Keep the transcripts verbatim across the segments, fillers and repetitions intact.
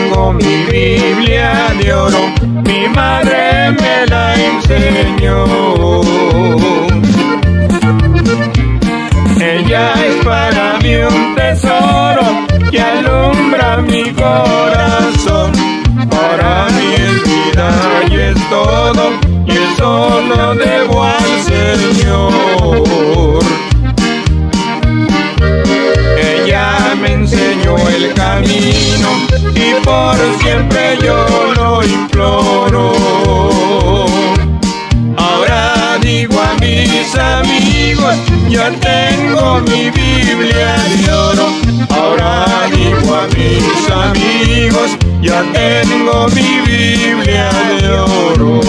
tengo mi Biblia de oro, mi madre me la enseñó. Ella es para mí un tesoro que alumbra mi corazón. Para mí es vida y es todo, y eso lo debo al Señor. Ella me enseñó el camino y por siempre yo lo imploro. Ahora digo a mis amigos, yo tengo mi Biblia de oro. Ahora digo a mis amigos, yo tengo mi Biblia de oro.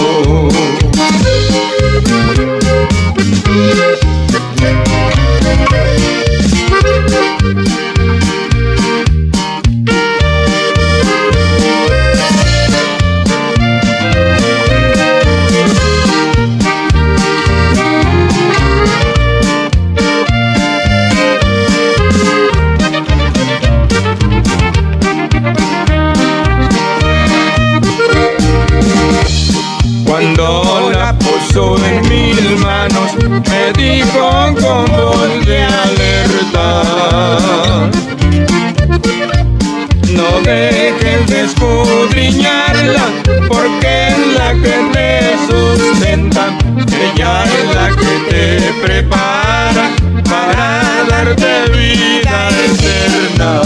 Cuando la puso en mis manos, me dijo con voz de alerta: no dejes de escudriñarla, porque es la que te sustenta. Ella es la que te prepara para darte vida eterna.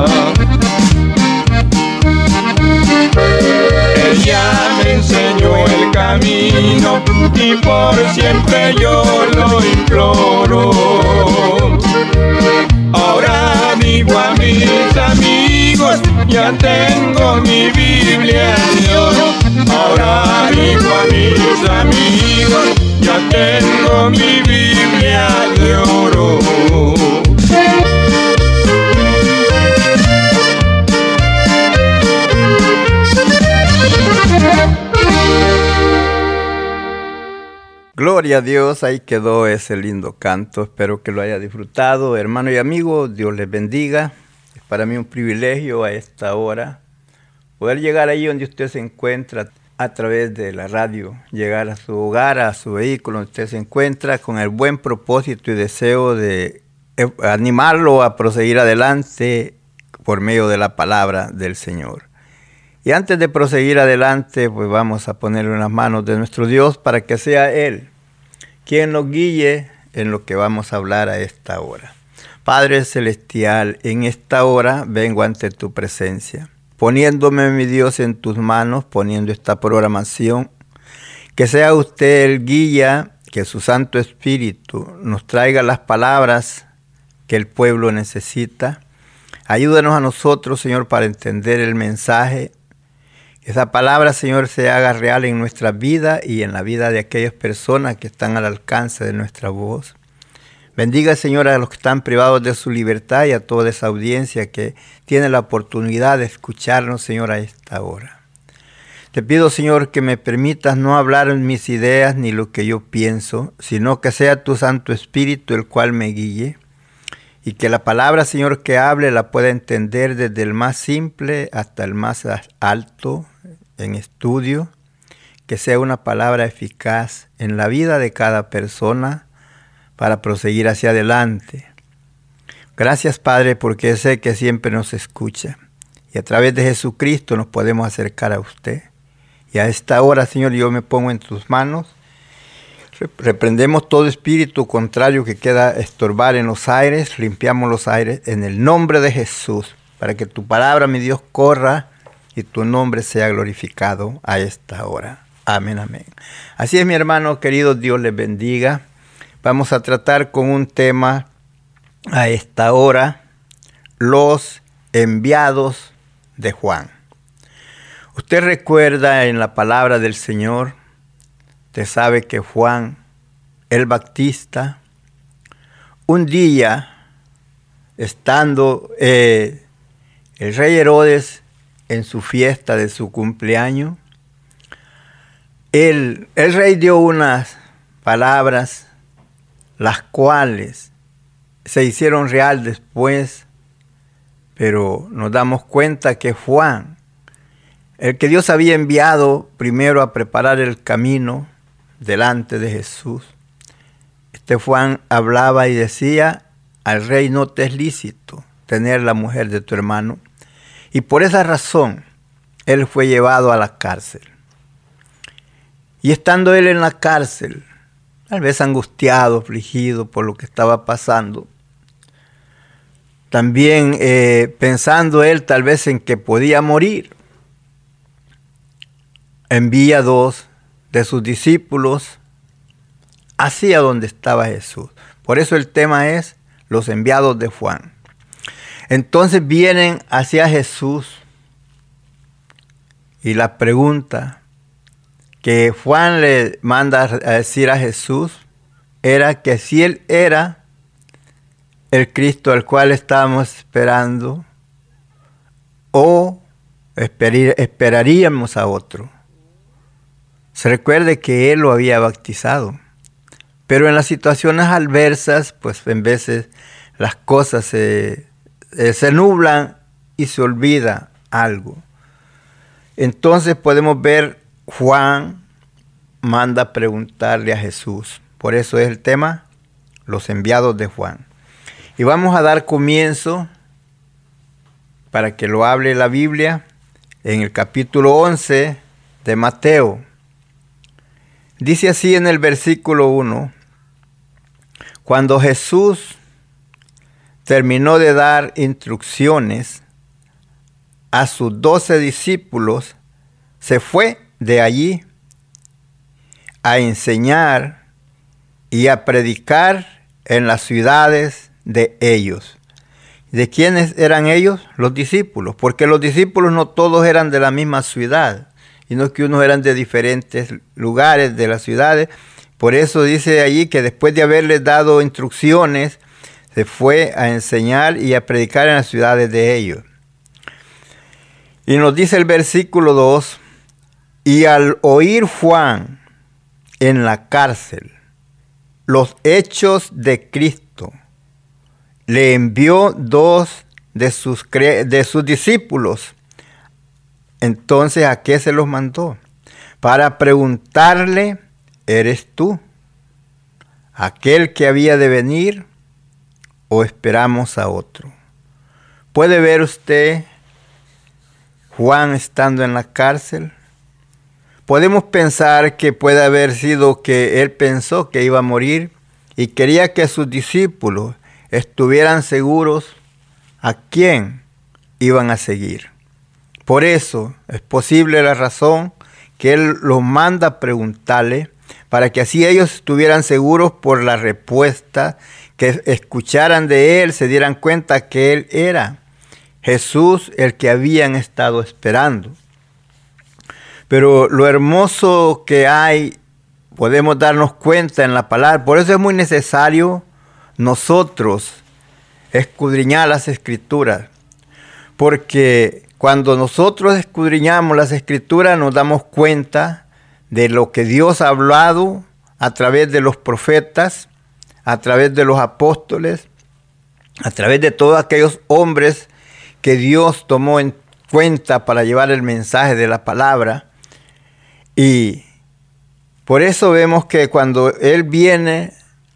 Ella me enseñó el camino y por siempre yo lo imploro. Ahora digo a mis amigos, ya tengo mi Biblia de oro. Ahora digo a mis amigos, ya tengo mi Biblia de oro. Gloria a Dios, ahí quedó ese lindo canto, espero que lo haya disfrutado. Hermano y amigo, Dios les bendiga. Es para mí un privilegio a esta hora poder llegar ahí donde usted se encuentra a través de la radio, llegar a su hogar, a su vehículo donde usted se encuentra, con el buen propósito y deseo de animarlo a proseguir adelante por medio de la palabra del Señor. Y antes de proseguir adelante, pues vamos a ponerle en las manos de nuestro Dios para que sea Él quien nos guíe en lo que vamos a hablar a esta hora. Padre Celestial, en esta hora vengo ante tu presencia, poniéndome, mi Dios, en tus manos, poniendo esta programación. Que sea usted el guía, que su Santo Espíritu nos traiga las palabras que el pueblo necesita. Ayúdanos a nosotros, Señor, para entender el mensaje. Esa palabra, Señor, se haga real en nuestra vida y en la vida de aquellas personas que están al alcance de nuestra voz. Bendiga, Señor, a los que están privados de su libertad y a toda esa audiencia que tiene la oportunidad de escucharnos, Señor, a esta hora. Te pido, Señor, que me permitas no hablar en mis ideas ni lo que yo pienso, sino que sea tu Santo Espíritu el cual me guíe. Y que la palabra, Señor, que hable la pueda entender desde el más simple hasta el más alto en estudio. Que sea una palabra eficaz en la vida de cada persona para proseguir hacia adelante. Gracias, Padre, porque sé que siempre nos escucha. Y a través de Jesucristo nos podemos acercar a usted. Y a esta hora, Señor, yo me pongo en tus manos. Reprendemos todo espíritu contrario que queda estorbar en los aires, limpiamos los aires en el nombre de Jesús, para que tu palabra, mi Dios, corra y tu nombre sea glorificado a esta hora. Amén, amén. Así es, mi hermano querido, Dios les bendiga. Vamos a tratar con un tema a esta hora, los enviados de Juan. Usted recuerda en la palabra del Señor, usted sabe que Juan el Bautista, un día, estando eh, el rey Herodes en su fiesta de su cumpleaños, el, el rey dio unas palabras, las cuales se hicieron real después, pero nos damos cuenta que Juan el que Dios había enviado primero a preparar el camino delante de Jesús. Este Juan hablaba y decía, al rey no te es lícito tener la mujer de tu hermano. Y por esa razón, él fue llevado a la cárcel. Y estando él en la cárcel, tal vez angustiado, afligido por lo que estaba pasando, también eh, pensando él tal vez en que podía morir, envía dos de sus discípulos hacia donde estaba Jesús. Por eso el tema es los enviados de Juan. Entonces vienen hacia Jesús y la pregunta que Juan le manda a decir a Jesús era que si él era el Cristo al cual estábamos esperando o esperir, esperaríamos a otro. Se recuerde que él lo había bautizado, pero en las situaciones adversas, pues en veces las cosas se, se nublan y se olvida algo. Entonces podemos ver, Juan manda preguntarle a Jesús. Por eso es el tema, los enviados de Juan. Y vamos a dar comienzo para que lo hable la Biblia en el capítulo once de Mateo. Dice así en el versículo uno, cuando Jesús terminó de dar instrucciones a sus doce discípulos, se fue de allí a enseñar y a predicar en las ciudades de ellos. ¿De quiénes eran ellos? Los discípulos, porque los discípulos no todos eran de la misma ciudad, sino que unos eran de diferentes lugares de las ciudades. Por eso dice allí que después de haberles dado instrucciones, se fue a enseñar y a predicar en las ciudades de ellos. Y nos dice el versículo dos, y al oír Juan en la cárcel los hechos de Cristo, le envió dos de sus, cre- de sus discípulos. Entonces, ¿a qué se los mandó? Para preguntarle, ¿eres tú aquel que había de venir o esperamos a otro? ¿Puede ver usted Juan estando en la cárcel? Podemos pensar que puede haber sido que él pensó que iba a morir y quería que sus discípulos estuvieran seguros a quién iban a seguir. Por eso es posible la razón que él los manda a preguntarle, para que así ellos estuvieran seguros por la respuesta, que escucharan de él, se dieran cuenta que él era Jesús, el que habían estado esperando. Pero lo hermoso que hay, podemos darnos cuenta en la palabra. Por eso es muy necesario nosotros escudriñar las Escrituras, porque cuando nosotros escudriñamos las Escrituras nos damos cuenta de lo que Dios ha hablado a través de los profetas, a través de los apóstoles, a través de todos aquellos hombres que Dios tomó en cuenta para llevar el mensaje de la palabra. Y por eso vemos que cuando Él viene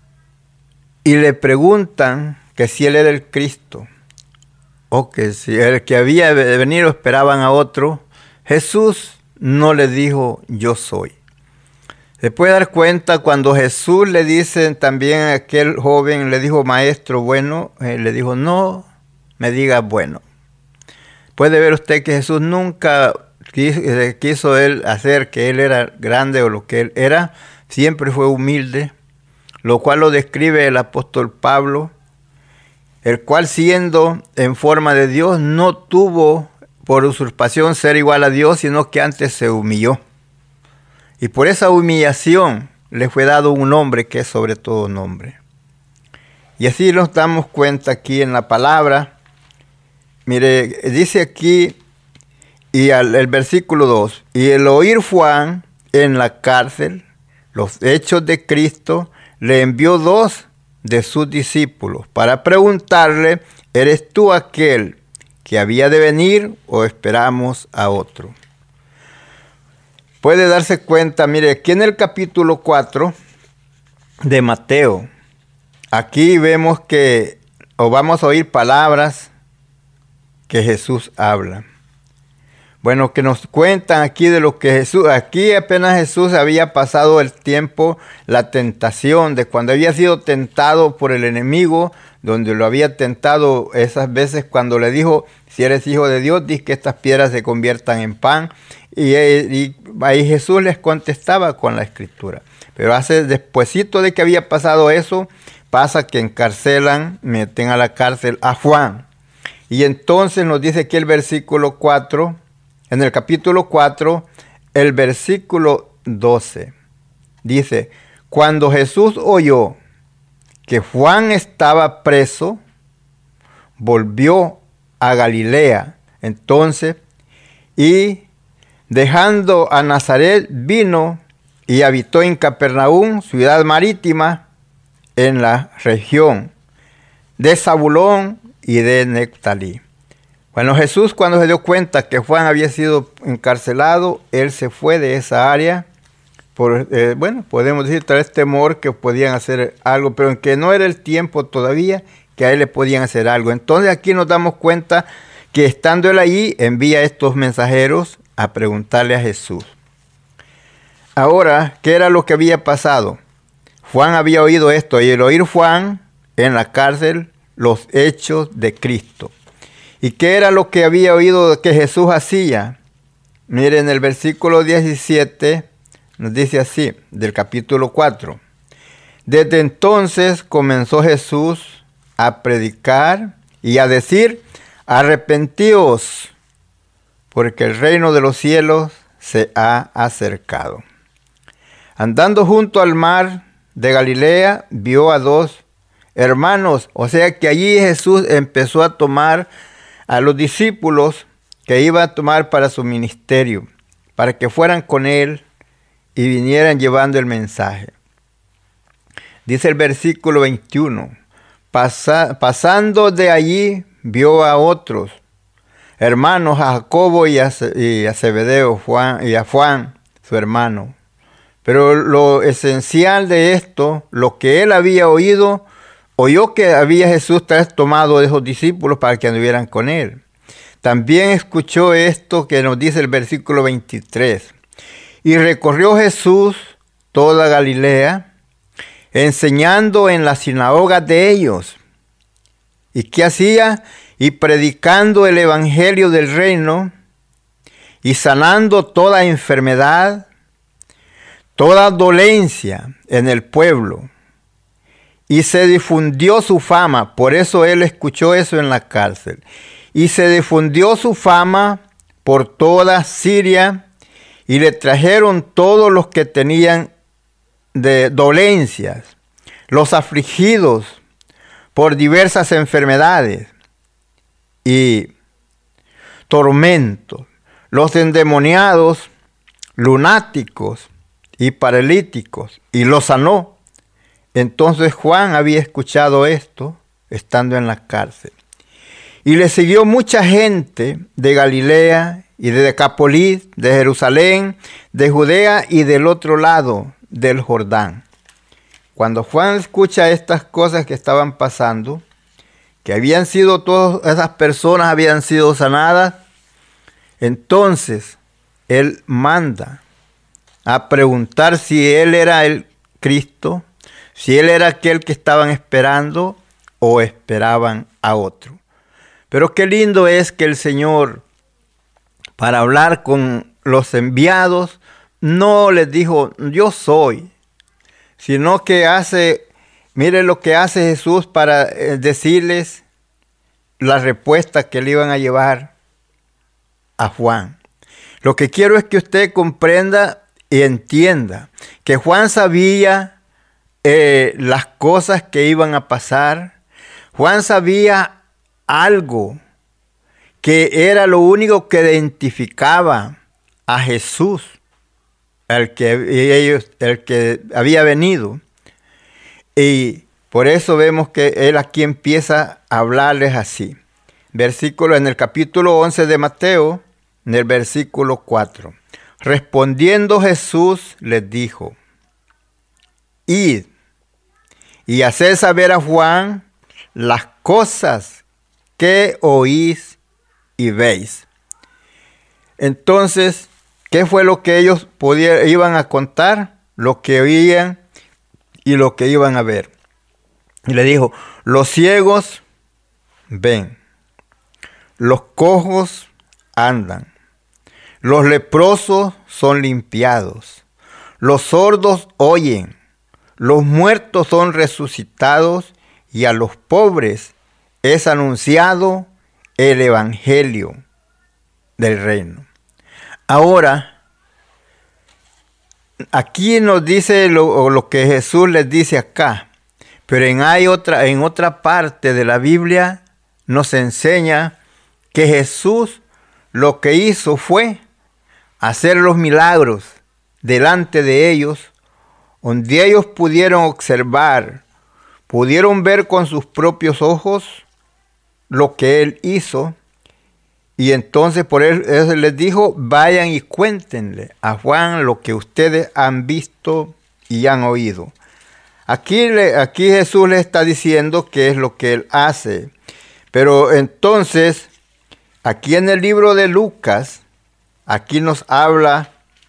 y le preguntan que si Él era el Cristo, o que si el que había de venir o esperaban a otro, Jesús no le dijo, yo soy. Se puede dar cuenta cuando Jesús le dice también a aquel joven, le dijo, maestro bueno, él le dijo, no me digas bueno. Puede ver usted que Jesús nunca quiso, quiso él hacer que él era grande o lo que él era, siempre fue humilde, lo cual lo describe el apóstol Pablo, el cual siendo en forma de Dios no tuvo por usurpación ser igual a Dios, sino que antes se humilló. Y por esa humillación le fue dado un nombre que es sobre todo nombre. Y así nos damos cuenta aquí en la palabra. Mire, dice aquí, y al, el versículo dos, y el oír Juan en la cárcel los hechos de Cristo, le envió dos de sus discípulos para preguntarle, ¿eres tú aquel que había de venir o esperamos a otro? puede darse cuenta, mire, aquí en el capítulo cuatro de Mateo, aquí vemos que, o vamos a oír palabras que Jesús habla. Bueno, que nos cuentan aquí de lo que Jesús, aquí apenas Jesús había pasado el tiempo, la tentación, de cuando había sido tentado por el enemigo, donde lo había tentado esas veces cuando le dijo, si eres hijo de Dios, di que estas piedras se conviertan en pan. Y, y ahí Jesús les contestaba con la escritura. Pero hace despuesito de que había pasado eso, pasa que encarcelan, meten a la cárcel a Juan. Y entonces nos dice aquí el versículo cuatro, en el capítulo cuatro, el versículo doce, dice, cuando Jesús oyó que Juan estaba preso, volvió a Galilea. Entonces, y dejando a Nazaret, vino y habitó en Capernaum, ciudad marítima, en la región de Zabulón y de Neftalí. Bueno, Jesús, cuando se dio cuenta que Juan había sido encarcelado, él se fue de esa área por, eh, bueno, podemos decir tal vez temor que podían hacer algo, pero en que no era el tiempo todavía que a él le podían hacer algo. Entonces aquí nos damos cuenta que estando él allí, envía a estos mensajeros a preguntarle a Jesús. Ahora, ¿qué era lo que había pasado? Juan había oído esto, y el oír Juan en la cárcel los hechos de Cristo. ¿Y qué era lo que había oído que Jesús hacía? Miren, el versículo diecisiete nos dice así, del capítulo cuatro. Desde entonces comenzó Jesús a predicar y a decir, arrepentíos, porque el reino de los cielos se ha acercado. Andando junto al mar de Galilea, vio a dos hermanos, o sea que allí Jesús empezó a tomar a los discípulos que iba a tomar para su ministerio, para que fueran con él y vinieran llevando el mensaje. Dice el versículo veintiuno, Pasa, pasando de allí vio a otros hermanos, a Jacobo y a, y a Zebedeo, Juan, y a Juan, su hermano. Pero lo esencial de esto, lo que él había oído, oyó que había Jesús tomado de esos discípulos para que anduvieran con él. También escuchó esto que nos dice el versículo veintitrés. Y recorrió Jesús toda Galilea, enseñando en las sinagogas de ellos. ¿Y qué hacía? Y predicando el evangelio del reino, y sanando toda enfermedad, toda dolencia en el pueblo. Y se difundió su fama, por eso él escuchó eso en la cárcel. Y se difundió su fama por toda Siria, y le trajeron todos los que tenían de dolencias, los afligidos por diversas enfermedades y tormentos, los endemoniados, lunáticos y paralíticos, y los sanó. Entonces Juan había escuchado esto estando en la cárcel. Y le siguió mucha gente de Galilea y de Decápolis, de Jerusalén, de Judea y del otro lado del Jordán. Cuando Juan escucha estas cosas que estaban pasando, que habían sido todas esas personas habían sido sanadas, entonces él manda a preguntar si él era el Cristo, si él era aquel que estaban esperando o esperaban a otro. Pero qué lindo es que el Señor, para hablar con los enviados, no les dijo, yo soy, sino que hace, mire lo que hace Jesús para decirles la respuesta que le iban a llevar a Juan. Lo que quiero es que usted comprenda y entienda que Juan sabía eh, las cosas que iban a pasar. Juan sabía algo que era lo único que identificaba a Jesús, el que, ellos, el que había venido. Y por eso vemos que él aquí empieza a hablarles así. Versículo en el capítulo once de Mateo, en el versículo cuatro. Respondiendo Jesús les dijo: Id y haced saber a Juan las cosas que oís y veis. Entonces, ¿qué fue lo que ellos podían, iban a contar? Lo que oían y lo que iban a ver. Y le dijo: los ciegos ven, los cojos andan, los leprosos son limpiados, los sordos oyen, los muertos son resucitados, y a los pobres es anunciado el evangelio del reino. Ahora, aquí nos dice lo, lo que Jesús les dice acá, pero en, hay otra, en otra parte de la Biblia nos enseña que Jesús lo que hizo fue hacer los milagros delante de ellos, donde ellos pudieron observar, pudieron ver con sus propios ojos lo que Él hizo. Y entonces por eso les dijo: vayan y cuéntenle a Juan lo que ustedes han visto y han oído. Aquí, aquí Jesús les está diciendo qué es lo que Él hace. Pero entonces, aquí en el libro de Lucas, aquí nos habla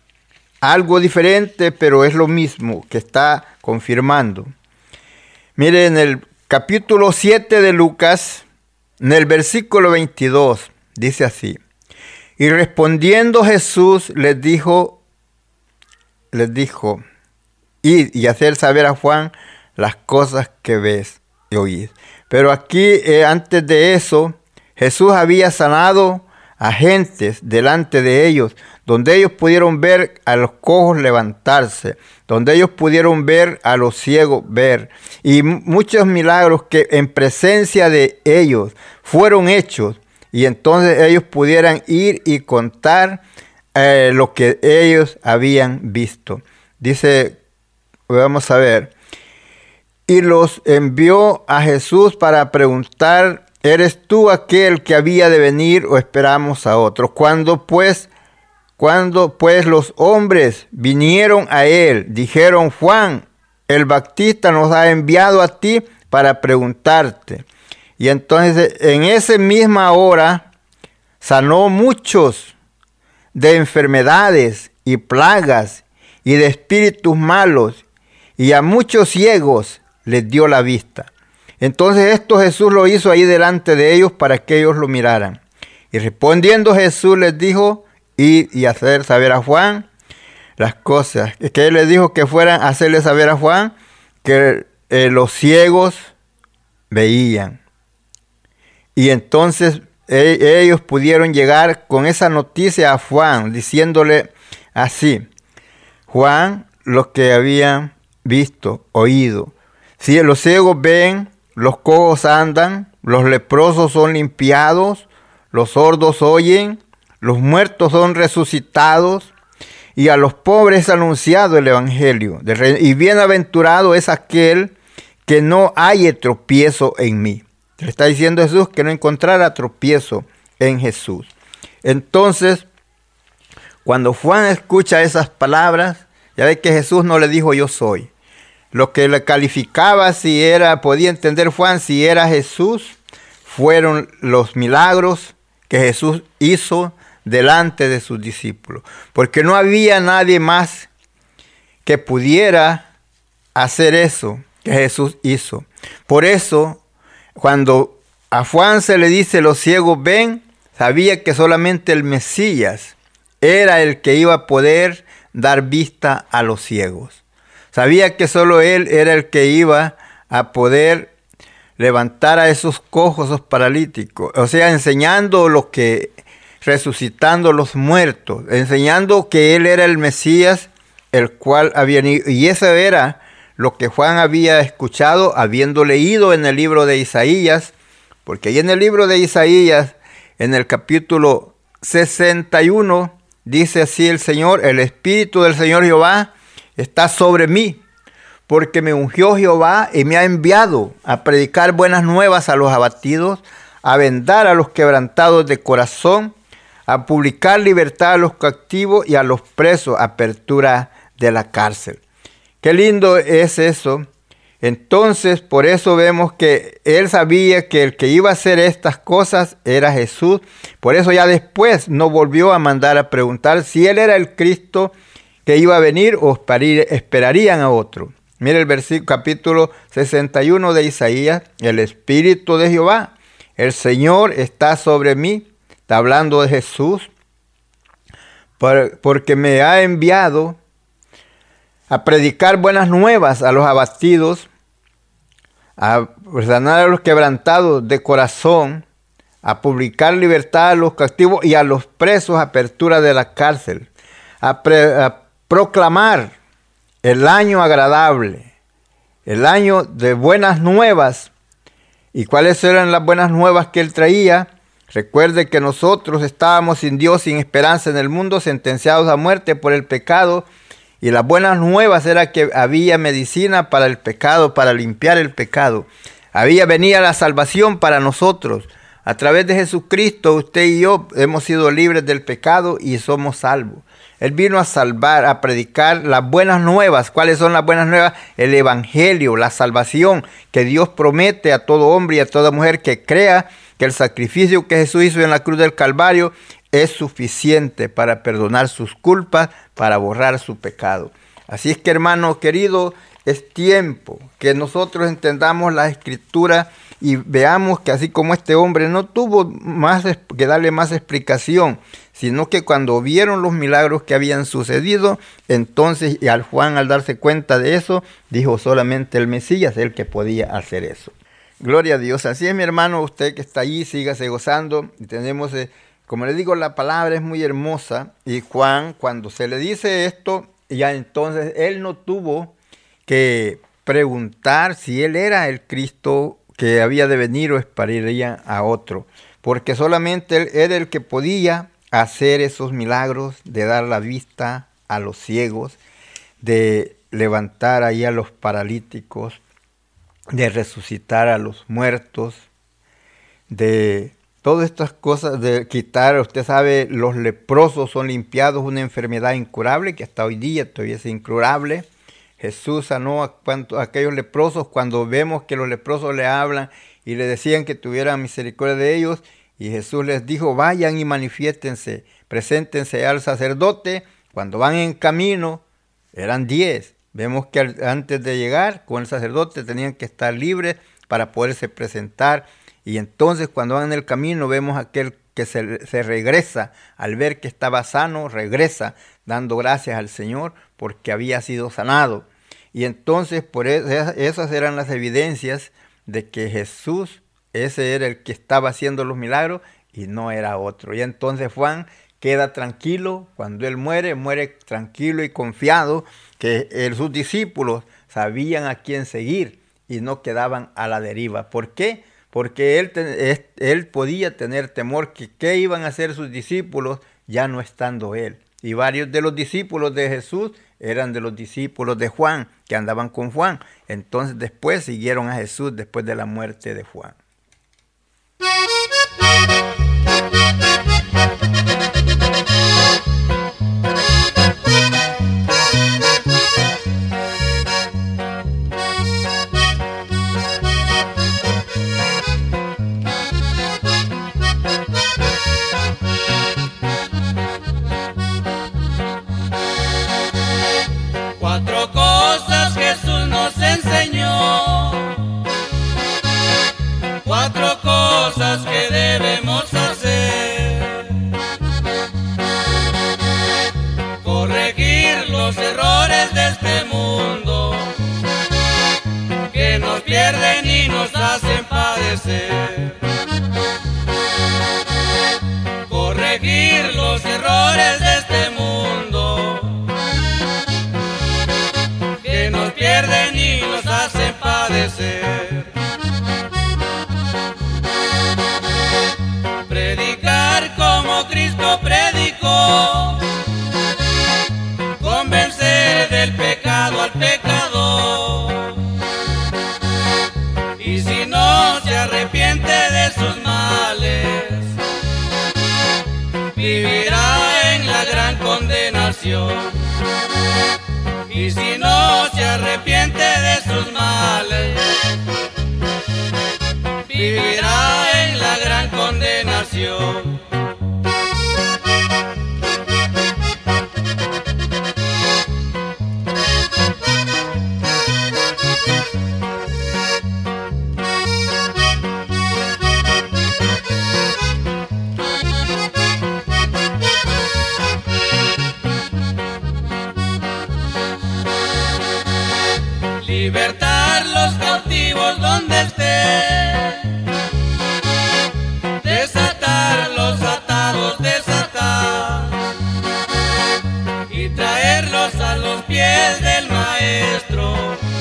algo diferente, pero es lo mismo que está confirmando. Miren, en el capítulo siete de Lucas, en el versículo veintidós, dice así: y respondiendo Jesús les dijo, les dijo, id y hacer saber a Juan las cosas que ves y oís. Pero aquí, eh, antes de eso, Jesús había sanado a gentes delante de ellos, donde ellos pudieron ver a los cojos levantarse, donde ellos pudieron ver a los ciegos ver, y muchos milagros que en presencia de ellos fueron hechos, y entonces ellos pudieran ir y contar eh, lo que ellos habían visto. Dice, vamos a ver, y los envió a Jesús para preguntar: ¿eres tú aquel que había de venir o esperamos a otro? Cuando pues, cuando pues los hombres vinieron a él, dijeron: Juan el Bautista nos ha enviado a ti para preguntarte. Y entonces en esa misma hora sanó muchos de enfermedades y plagas y de espíritus malos, y a muchos ciegos les dio la vista. Entonces esto Jesús lo hizo ahí delante de ellos para que ellos lo miraran. Y respondiendo Jesús les dijo: id y hacer saber a Juan las cosas. Que él les dijo que fueran a hacerle saber a Juan que eh, los ciegos veían. Y entonces eh, ellos pudieron llegar con esa noticia a Juan, diciéndole así: Juan, los que habían visto, oído. Si los ciegos ven, los cojos andan, los leprosos son limpiados, los sordos oyen, los muertos son resucitados, y a los pobres es anunciado el evangelio. Y bienaventurado es aquel que no haya tropiezo en mí. Le está diciendo Jesús que no encontrara tropiezo en Jesús. Entonces, cuando Juan escucha esas palabras, ya ve que Jesús no le dijo yo soy. Lo que le calificaba si era, podía entender Juan si era Jesús, fueron los milagros que Jesús hizo delante de sus discípulos. Porque no había nadie más que pudiera hacer eso que Jesús hizo. Por eso, cuando a Juan se le dice los ciegos ven, sabía que solamente el Mesías era el que iba a poder dar vista a los ciegos. Sabía que solo Él era el que iba a poder levantar a esos cojos, esos paralíticos. O sea, enseñando lo que, resucitando los muertos, enseñando que Él era el Mesías, el cual había venido. Y eso era lo que Juan había escuchado, habiendo leído en el libro de Isaías, porque ahí en el libro de Isaías, en el capítulo sesenta y uno, dice así el Señor: el Espíritu del Señor Jehová está sobre mí, porque me ungió Jehová y me ha enviado a predicar buenas nuevas a los abatidos, a vendar a los quebrantados de corazón, a publicar libertad a los cautivos y a los presos, apertura de la cárcel. Qué lindo es eso. Entonces, por eso vemos que él sabía que el que iba a hacer estas cosas era Jesús. Por eso ya después no volvió a mandar a preguntar si él era el Cristo que iba a venir o esperarían a otro. Mire el versículo, capítulo sesenta y uno de Isaías. El Espíritu de Jehová, el Señor está sobre mí. Está hablando de Jesús. Porque me ha enviado a predicar buenas nuevas a los abatidos, a sanar a los quebrantados de corazón, a publicar libertad a los cautivos y a los presos, apertura de la cárcel, a, pre, a proclamar el año agradable, el año de buenas nuevas. ¿Y cuáles eran las buenas nuevas que él traía? Recuerde que nosotros estábamos sin Dios, sin esperanza en el mundo, sentenciados a muerte por el pecado. Y las buenas nuevas era que había medicina para el pecado, para limpiar el pecado. Había venía la salvación para nosotros. A través de Jesucristo, usted y yo hemos sido libres del pecado y somos salvos. Él vino a salvar, a predicar las buenas nuevas. ¿Cuáles son las buenas nuevas? El evangelio, la salvación que Dios promete a todo hombre y a toda mujer que crea que el sacrificio que Jesús hizo en la cruz del Calvario es suficiente para perdonar sus culpas, para borrar su pecado. Así es que, hermano querido, es tiempo que nosotros entendamos la Escritura y veamos que así como este hombre no tuvo más que darle más explicación, sino que cuando vieron los milagros que habían sucedido, entonces y al Juan al darse cuenta de eso, dijo solamente el Mesías, el que podía hacer eso. Gloria a Dios. Así es, mi hermano, usted que está allí, sígase gozando. Y tenemos... Eh, Como le digo, la palabra es muy hermosa y Juan, cuando se le dice esto, ya entonces él no tuvo que preguntar si él era el Cristo que había de venir o esperaría a otro, porque solamente él era el que podía hacer esos milagros de dar la vista a los ciegos, de levantar ahí a los paralíticos, de resucitar a los muertos, de... Todas estas cosas de quitar, usted sabe, los leprosos son limpiados, una enfermedad incurable que hasta hoy día todavía es incurable. Jesús sanó a, cuanto, a aquellos leprosos cuando vemos que los leprosos le hablan y le decían que tuvieran misericordia de ellos. Y Jesús les dijo, vayan y manifiéstense, preséntense al sacerdote. Cuando van en camino, eran diez. Vemos que al, antes de llegar con el sacerdote tenían que estar libres para poderse presentar. Y entonces cuando van en el camino vemos aquel que se, se regresa, al ver que estaba sano, regresa dando gracias al Señor porque había sido sanado. Y entonces por esas, esas eran las evidencias de que Jesús, ese era el que estaba haciendo los milagros y no era otro. Y entonces Juan queda tranquilo, cuando él muere, muere tranquilo y confiado que eh, sus discípulos sabían a quién seguir y no quedaban a la deriva. ¿Por qué? Porque él, él podía tener temor que qué iban a hacer sus discípulos ya no estando él. Y varios de los discípulos de Jesús eran de los discípulos de Juan, que andaban con Juan. Entonces después siguieron a Jesús después de la muerte de Juan. Cuatro cosas Jesús nos enseñó, cuatro cosas que debemos hacer: corregir los errores de este mundo que nos pierden y nos hacen padecer, corregir los errores de este mundo que nos pierden y nos hacen padecer. Predicar como Cristo predicó, convencer del pecado condenación. Y si no se arrepiente de sus males, vivirá en la gran condenación. Libertar los cautivos donde estén, desatar los atados, desatar, y traerlos a los pies del Maestro,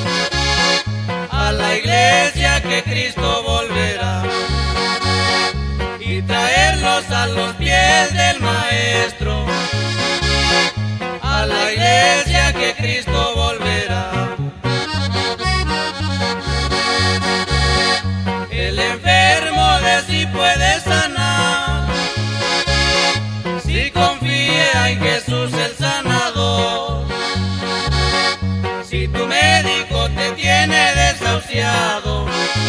a la iglesia que Cristo volverá, y traerlos a los pies del Maestro, a la iglesia que Cristo volverá. El enfermo de sí puede sanar, si confía en Jesús el sanador. Si tu médico te tiene desahuciado,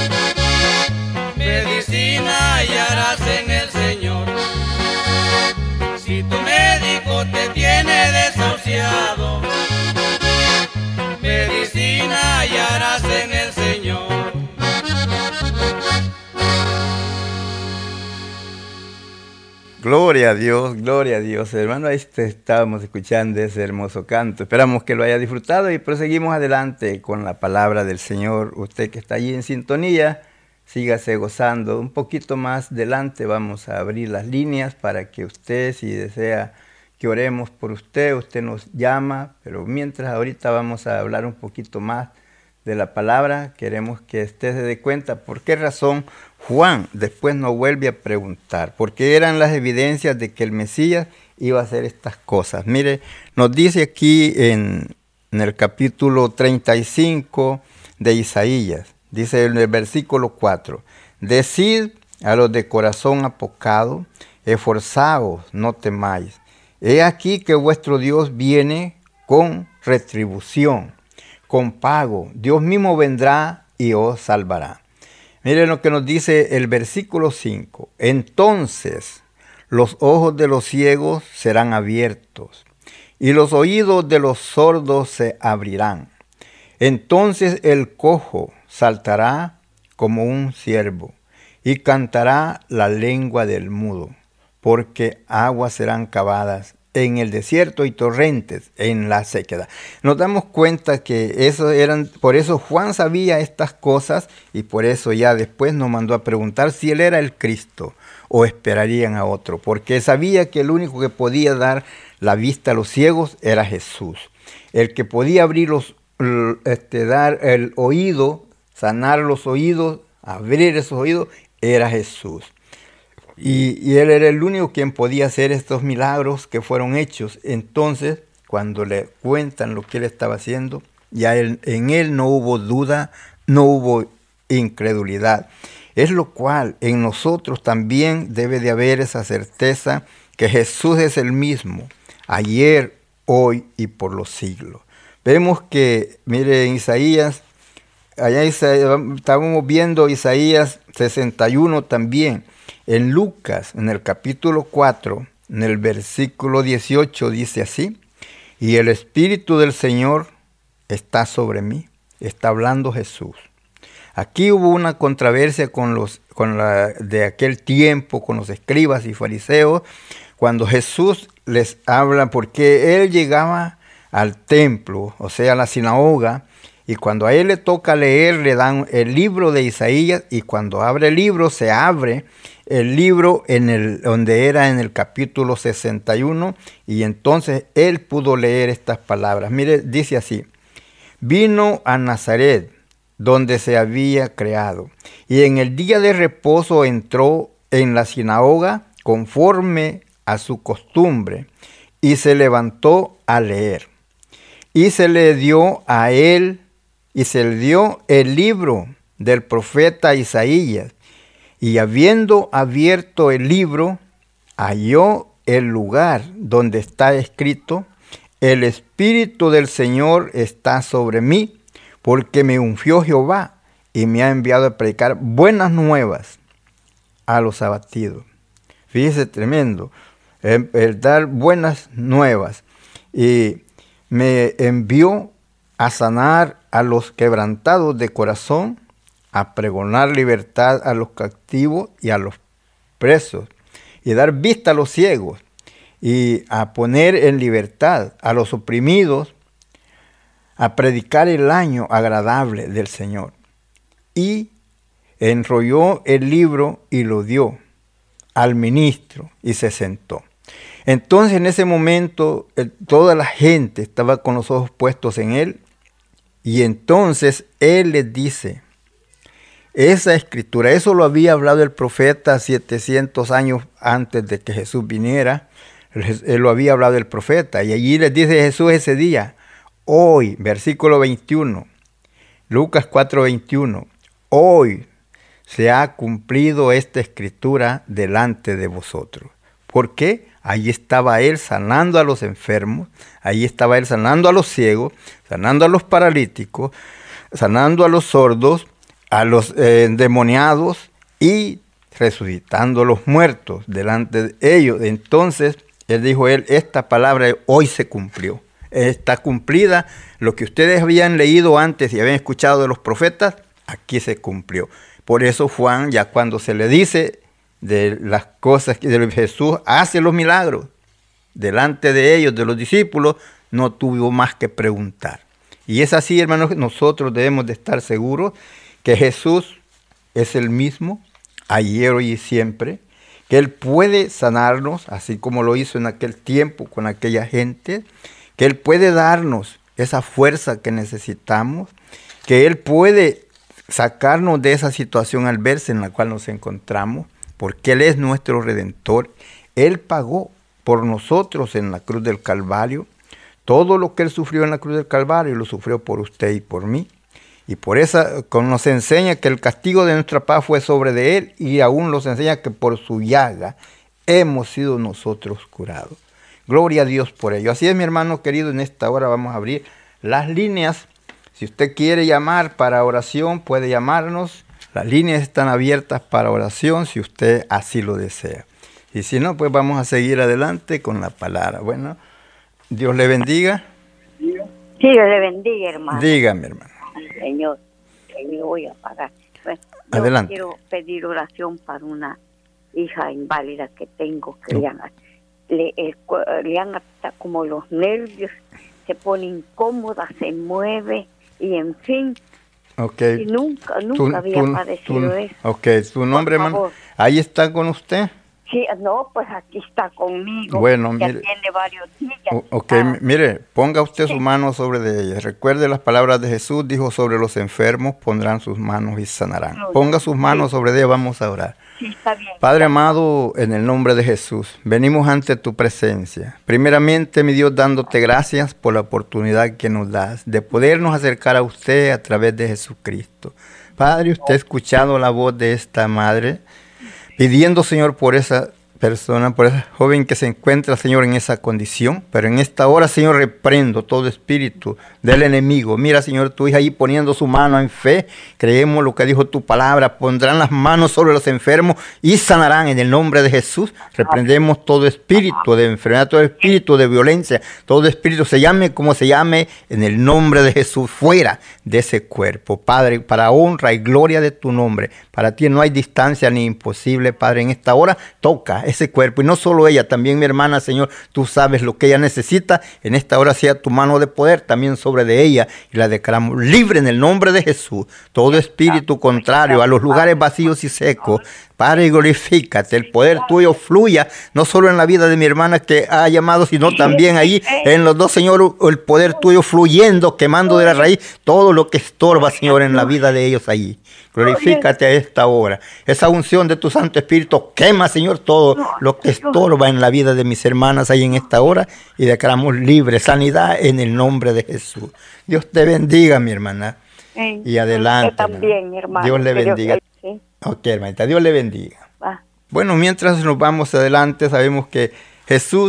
medicina hallarás en el Señor. Si tu médico te tiene desahuciado, medicina hallarás en el Señor. Gloria a Dios, gloria a Dios. Hermano, ahí estábamos escuchando ese hermoso canto. Esperamos que lo haya disfrutado y proseguimos adelante con la palabra del Señor. Usted que está allí en sintonía, sígase gozando. Un poquito más adelante vamos a abrir las líneas para que usted, si desea que oremos por usted, usted nos llama. Pero mientras ahorita vamos a hablar un poquito más de la palabra, queremos que usted se dé cuenta por qué razón Juan después nos vuelve a preguntar, porque eran las evidencias de que el Mesías iba a hacer estas cosas. Mire, nos dice aquí en, en el capítulo treinta y cinco de Isaías, dice en el versículo cuatro, decid a los de corazón apocado, esforzaos, no temáis. He aquí que vuestro Dios viene con retribución, con pago. Dios mismo vendrá y os salvará. Miren lo que nos dice el versículo cinco. Entonces los ojos de los ciegos serán abiertos y los oídos de los sordos se abrirán. Entonces el cojo saltará como un ciervo y cantará la lengua del mudo, porque aguas serán cavadas en el desierto y torrentes en la sequedad. Nos damos cuenta que eso eran, por eso Juan sabía estas cosas y por eso ya después nos mandó a preguntar si él era el Cristo o esperarían a otro, porque sabía que el único que podía dar la vista a los ciegos era Jesús. El que podía abrir los, este, dar el oído, sanar los oídos, abrir esos oídos, era Jesús. Y, y él era el único quien podía hacer estos milagros que fueron hechos. Entonces, cuando le cuentan lo que él estaba haciendo, ya él, en él no hubo duda, no hubo incredulidad. Es lo cual en nosotros también debe de haber esa certeza que Jesús es el mismo, ayer, hoy y por los siglos. Vemos que, mire, en Isaías, allá Isaías, estábamos viendo Isaías sesenta y uno también. En Lucas, en el capítulo cuatro, en el versículo dieciocho, dice así, y el Espíritu del Señor está sobre mí, está hablando Jesús. Aquí hubo una controversia con los con la, de aquel tiempo, con los escribas y fariseos, cuando Jesús les habla, porque él llegaba al templo, o sea, a la sinagoga, y cuando a él le toca leer, le dan el libro de Isaías, y cuando abre el libro, se abre el libro en el, donde era en el capítulo sesenta y uno, y entonces él pudo leer estas palabras. Mire, dice así, vino a Nazaret, donde se había creado, y en el día de reposo entró en la sinagoga conforme a su costumbre, y se levantó a leer. Y se le dio a él, y se le dio el libro del profeta Isaías, y habiendo abierto el libro, halló el lugar donde está escrito, el Espíritu del Señor está sobre mí, porque me ungió Jehová y me ha enviado a predicar buenas nuevas a los abatidos. Fíjese, tremendo, el, el dar buenas nuevas. Y me envió a sanar a los quebrantados de corazón, a pregonar libertad a los cautivos y a los presos, y dar vista a los ciegos, y a poner en libertad a los oprimidos, a predicar el año agradable del Señor. Y enrolló el libro y lo dio al ministro y se sentó. Entonces en ese momento el, toda la gente estaba con los ojos puestos en él, y entonces él les dice, esa escritura, eso lo había hablado el profeta setecientos años antes de que Jesús viniera. Él lo había hablado el profeta, y allí les dice Jesús ese día, hoy, versículo veintiuno, Lucas cuatro veintiuno, hoy se ha cumplido esta escritura delante de vosotros. ¿Por qué? Allí estaba él sanando a los enfermos, allí estaba él sanando a los ciegos, sanando a los paralíticos, sanando a los sordos, a los eh, endemoniados y resucitando a los muertos delante de ellos. Entonces, él dijo él, esta palabra hoy se cumplió. Está cumplida. Lo que ustedes habían leído antes y habían escuchado de los profetas, aquí se cumplió. Por eso Juan, ya cuando se le dice de las cosas que Jesús hace los milagros delante de ellos, de los discípulos, no tuvo más que preguntar. Y es así, hermanos, nosotros debemos de estar seguros que Jesús es el mismo, ayer, hoy y siempre, que Él puede sanarnos, así como lo hizo en aquel tiempo con aquella gente, que Él puede darnos esa fuerza que necesitamos, que Él puede sacarnos de esa situación adversa en la cual nos encontramos, porque Él es nuestro Redentor. Él pagó por nosotros en la cruz del Calvario. Todo lo que Él sufrió en la cruz del Calvario lo sufrió por usted y por mí. Y por eso nos enseña que el castigo de nuestra paz fue sobre de Él, y aún nos enseña que por su llaga hemos sido nosotros curados. Gloria a Dios por ello. Así es, mi hermano querido, en esta hora vamos a abrir las líneas. Si usted quiere llamar para oración, puede llamarnos. Las líneas están abiertas para oración si usted así lo desea. Y si no, pues vamos a seguir adelante con la palabra. Bueno, Dios le bendiga. Sí, Dios le bendiga, hermano. Dígame, hermano. Señor, le voy a pagar. Bueno, yo Adelante. quiero pedir oración para una hija inválida que tengo, que le han, le, el, le han hasta como los nervios, se pone incómoda, se mueve y en fin. Okay. Y nunca, nunca Tú- había tú- padecido tú- eso. Ok, su nombre, Por hermano. favor. Ahí está con usted. Sí, no, pues aquí está conmigo. Bueno, ya mire. tiene varios días. O- ok, Ah, m- mire, ponga usted su Sí. mano sobre de ella. Recuerde las palabras de Jesús, dijo, sobre los enfermos pondrán sus manos y sanarán. Gloria. Ponga sus manos sobre de ella, vamos a orar. sí, está bien. Padre amado, en el nombre de Jesús, venimos ante tu presencia. Primeramente, mi Dios, dándote gracias por la oportunidad que nos das de podernos acercar a usted a través de Jesucristo. Padre, usted ha escuchado la voz de esta madre, pidiendo, Señor, por esa persona, por esa joven que se encuentra, Señor, en esa condición. Pero en esta hora, Señor, reprendo todo espíritu del enemigo. Mira, Señor, tu hija ahí poniendo su mano en fe. Creemos lo que dijo tu palabra. Pondrán las manos sobre los enfermos y sanarán en el nombre de Jesús. Reprendemos todo espíritu de enfermedad, todo espíritu de violencia, todo espíritu, se llame como se llame, en el nombre de Jesús, fuera de ese cuerpo. Padre, para honra y gloria de tu nombre, para ti no hay distancia ni imposible, Padre. En esta hora toca ese cuerpo, y no solo ella, también mi hermana, Señor, tú sabes lo que ella necesita. En esta hora sea tu mano de poder también sobre de ella, y la declaramos libre en el nombre de Jesús. Todo espíritu contrario a los lugares vacíos y secos, Padre, glorifícate, el poder tuyo fluya, no solo en la vida de mi hermana que ha llamado, sino también ahí en los dos, Señor, el poder tuyo fluyendo, quemando de la raíz todo lo que estorba, Señor, en la vida de ellos allí. Glorifícate a esta hora. Esa unción de tu Santo Espíritu quema, Señor, todo lo que estorba en la vida de mis hermanas ahí en esta hora, y declaramos libre sanidad en el nombre de Jesús. Dios te bendiga, mi hermana. Eh, Y adelante. usted también, mi hermano. Dios le Que bendiga. sí, Ok, hermanita, Dios le bendiga. va. Bueno, mientras nos vamos adelante, sabemos que Jesús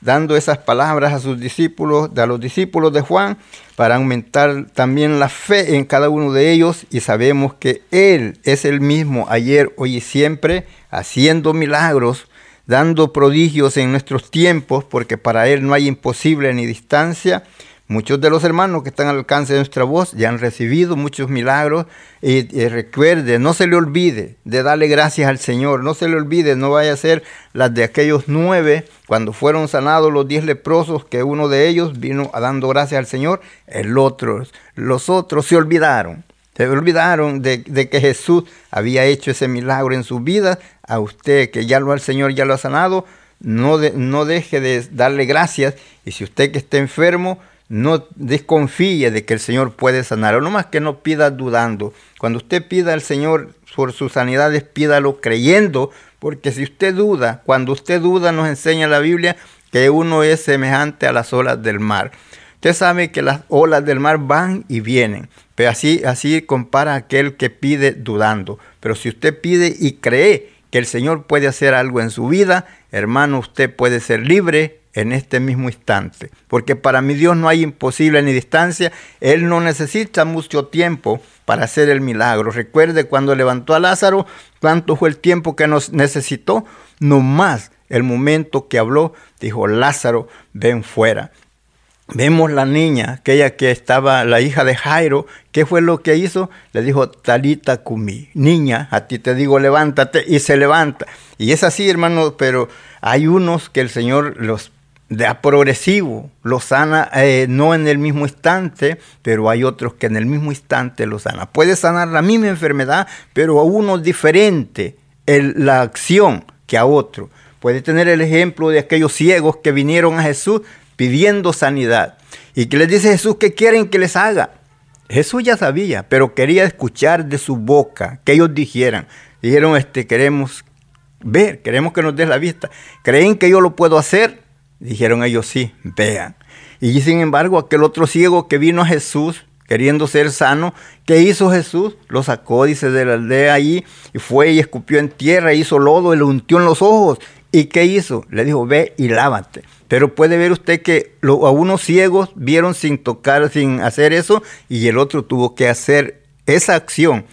dando esas palabras a sus discípulos, a los discípulos de Juan, para aumentar también la fe en cada uno de ellos, y sabemos que Él es el mismo ayer, hoy y siempre, haciendo milagros, dando prodigios en nuestros tiempos, porque para Él no hay imposible ni distancia. Muchos de los hermanos que están al alcance de nuestra voz ya han recibido muchos milagros. Y, y recuerde, no se le olvide de darle gracias al Señor. No se le olvide, no vaya a ser las de aquellos nueve, cuando fueron sanados los diez leprosos, que uno de ellos vino a dando gracias al Señor. El otro, los otros se olvidaron. Se olvidaron de, de que Jesús había hecho ese milagro en su vida. A usted, que ya lo el Señor ya lo ha sanado, no, de, no deje de darle gracias. Y si usted que esté enfermo, no desconfíe de que el Señor puede sanar, o no más que no pida dudando. Cuando usted pida al Señor por sus sanidades, pídalo creyendo, porque si usted duda, cuando usted duda, nos enseña la Biblia que uno es semejante a las olas del mar. Usted sabe que las olas del mar van y vienen, pero así, así compara aquel que pide dudando. Pero si usted pide y cree que el Señor puede hacer algo en su vida, hermano, usted puede ser libre en este mismo instante, porque para mi Dios no hay imposible ni distancia. Él no necesita mucho tiempo para hacer el milagro. Recuerde cuando levantó a Lázaro, ¿cuánto fue el tiempo que nos necesitó? No más el momento que habló, dijo: Lázaro, ven fuera. Vemos la niña, aquella que estaba, la hija de Jairo, ¿qué fue lo que hizo? Le dijo: Talita cumi, niña, a ti te digo, levántate, y se levanta. Y es así, hermano, pero hay unos que el Señor los da progresivo, los sana, eh, no en el mismo instante, pero hay otros que en el mismo instante los sana. Puede sanar la misma enfermedad, pero a uno diferente el, la acción que a otro. Puede tener el ejemplo de aquellos ciegos que vinieron a Jesús pidiendo sanidad, y que les dice Jesús: ¿qué quieren que les haga? Jesús ya sabía, pero quería escuchar de su boca que ellos dijeran. Dijeron: este, queremos ver, queremos que nos des la vista. ¿Creen que yo lo puedo hacer? Dijeron ellos: sí, vean. Y sin embargo, aquel otro ciego que vino a Jesús queriendo ser sano, ¿qué hizo Jesús? Lo sacó, dice, de la aldea allí, y fue y escupió en tierra, hizo lodo y le untió en los ojos. ¿Y qué hizo? Le dijo: ve y lávate. Pero puede ver usted que lo, a unos ciegos vieron sin tocar, sin hacer eso, y el otro tuvo que hacer esa acción,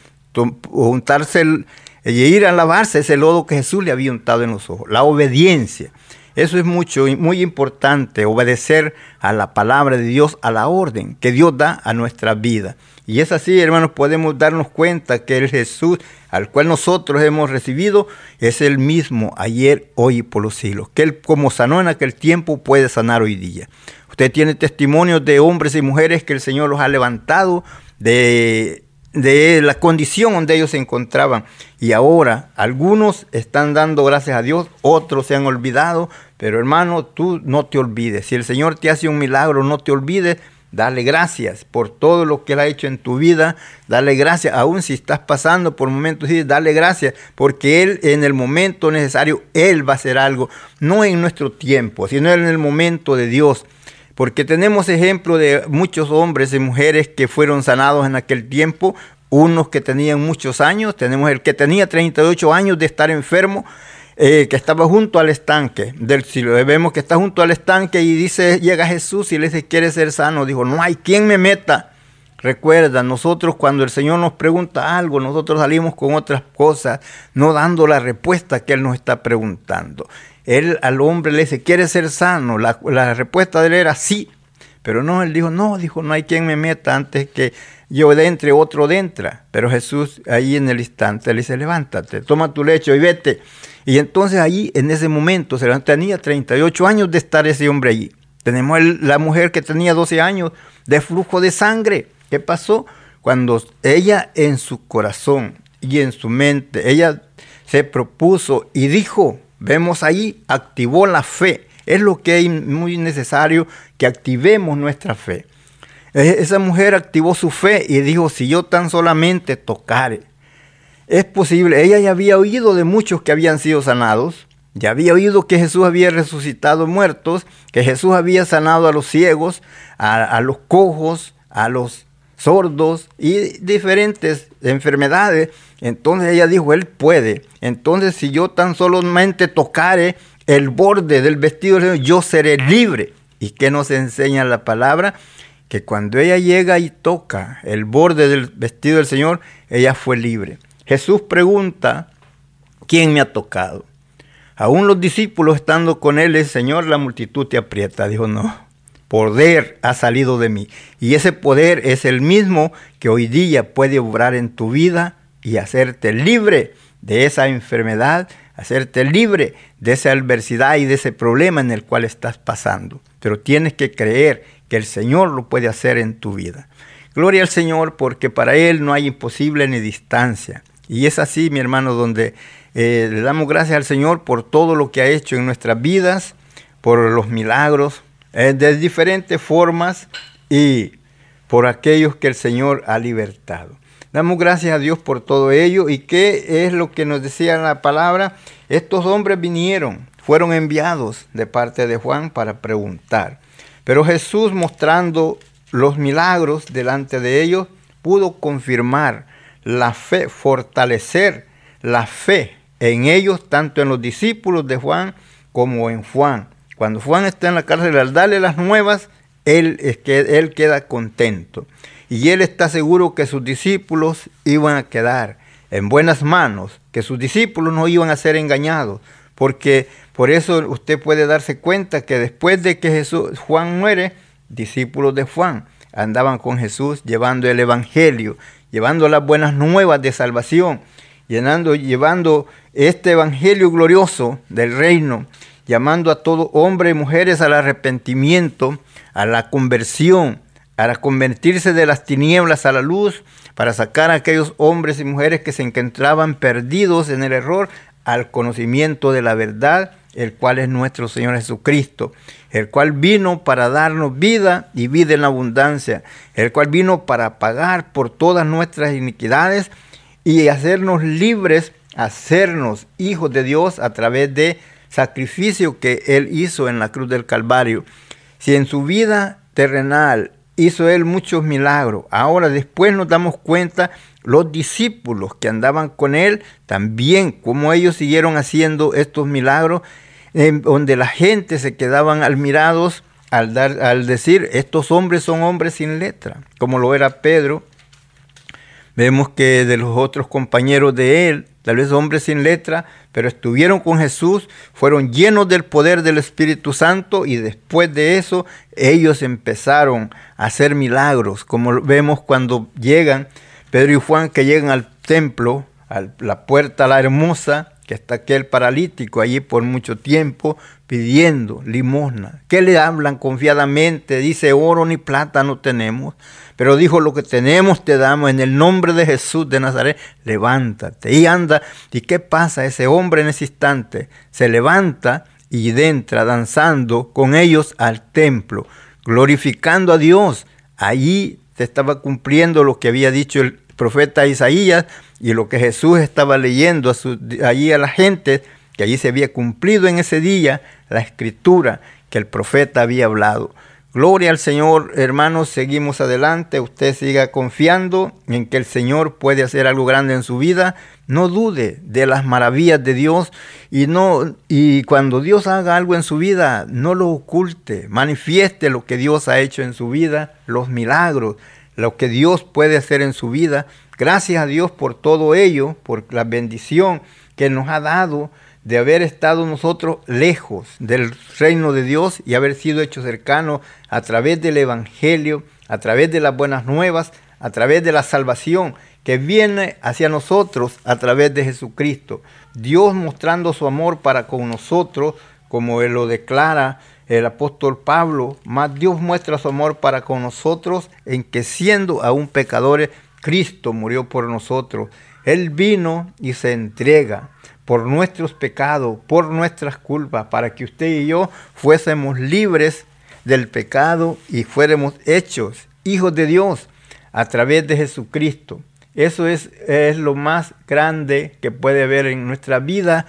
untarse el, y ir a lavarse ese lodo que Jesús le había untado en los ojos. La obediencia. Eso es mucho, muy importante, obedecer a la palabra de Dios, a la orden que Dios da a nuestra vida. Y es así, hermanos, podemos darnos cuenta que el Jesús al cual nosotros hemos recibido es el mismo ayer, hoy y por los siglos. Que Él, como sanó en aquel tiempo, puede sanar hoy día. Usted tiene testimonios de hombres y mujeres que el Señor los ha levantado de, de la condición donde ellos se encontraban. Y ahora algunos están dando gracias a Dios, otros se han olvidado. Pero hermano, tú no te olvides. Si el Señor te hace un milagro, no te olvides. Dale gracias por todo lo que Él ha hecho en tu vida. Dale gracias, aun si estás pasando por momentos así, dale gracias, porque Él en el momento necesario, Él va a hacer algo. No en nuestro tiempo, sino en el momento de Dios. Porque tenemos ejemplo de muchos hombres y mujeres que fueron sanados en aquel tiempo. Unos que tenían muchos años. Tenemos el que tenía treinta y ocho años de estar enfermo. Eh, que estaba junto al estanque del Siloé. Vemos que está junto al estanque y dice, llega Jesús y le dice: ¿quiere ser sano? Dijo: no hay quien me meta. Recuerda, nosotros cuando el Señor nos pregunta algo, nosotros salimos con otras cosas, no dando la respuesta que Él nos está preguntando. Él al hombre le dice: ¿quiere ser sano? La, la respuesta de él era sí. Pero no, él dijo, no, dijo, no hay quien me meta antes que yo de entre, otro de entra. Pero Jesús ahí en el instante le dice: levántate, toma tu lecho y vete. Y entonces allí, en ese momento, se tenía treinta y ocho años de estar ese hombre allí. Tenemos el, la mujer que tenía doce años de flujo de sangre. ¿Qué pasó? Cuando ella en su corazón y en su mente, ella se propuso y dijo, vemos ahí, activó la fe. Es lo que es muy necesario, que activemos nuestra fe. Esa mujer activó su fe y dijo: si yo tan solamente tocare, es posible. Ella ya había oído de muchos que habían sido sanados, ya había oído que Jesús había resucitado muertos, que Jesús había sanado a los ciegos, a, a los cojos, a los sordos y diferentes enfermedades. Entonces ella dijo: Él puede. Entonces si yo tan solamente tocare, el borde del vestido del Señor, yo seré libre. ¿Y qué nos enseña la palabra? Que cuando ella llega y toca el borde del vestido del Señor, ella fue libre. Jesús pregunta, ¿quién me ha tocado? Aún los discípulos estando con él, el Señor, la multitud te aprieta. Dijo, no, poder ha salido de mí. Y ese poder es el mismo que hoy día puede obrar en tu vida y hacerte libre de esa enfermedad, hacerte libre de esa adversidad y de ese problema en el cual estás pasando. Pero tienes que creer que el Señor lo puede hacer en tu vida. Gloria al Señor, porque para Él no hay imposible ni distancia. Y es así, mi hermano, donde eh, le damos gracias al Señor por todo lo que ha hecho en nuestras vidas, por los milagros, eh, de diferentes formas y por aquellos que el Señor ha libertado. Damos gracias a Dios por todo ello. ¿Y qué es lo que nos decía la palabra? Estos hombres vinieron, fueron enviados de parte de Juan para preguntar. Pero Jesús, mostrando los milagros delante de ellos, pudo confirmar la fe, fortalecer la fe en ellos, tanto en los discípulos de Juan como en Juan. Cuando Juan está en la cárcel, al darle las nuevas, él, es que, él queda contento. Y él está seguro que sus discípulos iban a quedar en buenas manos, que sus discípulos no iban a ser engañados. Porque por eso usted puede darse cuenta que después de que Jesús, Juan muere, discípulos de Juan andaban con Jesús llevando el evangelio, llevando las buenas nuevas de salvación, llenando, llevando este evangelio glorioso del reino, llamando a todo hombre y mujeres al arrepentimiento, a la conversión, a convertirse de las tinieblas a la luz, para sacar a aquellos hombres y mujeres que se encontraban perdidos en el error al conocimiento de la verdad, el cual es nuestro Señor Jesucristo, el cual vino para darnos vida y vida en abundancia, el cual vino para pagar por todas nuestras iniquidades y hacernos libres, hacernos hijos de Dios a través de sacrificio que Él hizo en la cruz del Calvario. Si en su vida terrenal hizo Él muchos milagros, ahora después nos damos cuenta los discípulos que andaban con Él, también como ellos siguieron haciendo estos milagros, en donde la gente se quedaban admirados al, dar, al decir, estos hombres son hombres sin letra, como lo era Pedro. Vemos que de los otros compañeros de él, tal vez hombres sin letra, pero estuvieron con Jesús, fueron llenos del poder del Espíritu Santo y después de eso ellos empezaron a hacer milagros, como vemos cuando llegan Pedro y Juan, que llegan al templo, a la puerta la hermosa, que está aquel paralítico allí por mucho tiempo pidiendo limosna. ¿Qué le hablan confiadamente? Dice, oro ni plata no tenemos, pero dijo, lo que tenemos te damos, en el nombre de Jesús de Nazaret, levántate y anda. ¿Y qué pasa? Ese hombre en ese instante se levanta y entra danzando con ellos al templo, glorificando a Dios. Allí se estaba cumpliendo lo que había dicho el profeta Isaías y lo que Jesús estaba leyendo a su, allí a la gente, que allí se había cumplido en ese día la escritura que el profeta había hablado. Gloria al Señor, hermanos, seguimos adelante. Usted siga confiando en que el Señor puede hacer algo grande en su vida. No dude de las maravillas de Dios y, no, y cuando Dios haga algo en su vida, no lo oculte. Manifieste lo que Dios ha hecho en su vida, los milagros, lo que Dios puede hacer en su vida. Gracias a Dios por todo ello, por la bendición que nos ha dado de haber estado nosotros lejos del reino de Dios y haber sido hechos cercanos a través del evangelio, a través de las buenas nuevas, a través de la salvación que viene hacia nosotros a través de Jesucristo. Dios mostrando su amor para con nosotros, como él lo declara el apóstol Pablo, más Dios muestra su amor para con nosotros en que siendo aún pecadores, Cristo murió por nosotros. Él vino y se entrega por nuestros pecados, por nuestras culpas, para que usted y yo fuésemos libres del pecado y fuéramos hechos hijos de Dios a través de Jesucristo. Eso es, es lo más grande que puede haber en nuestra vida,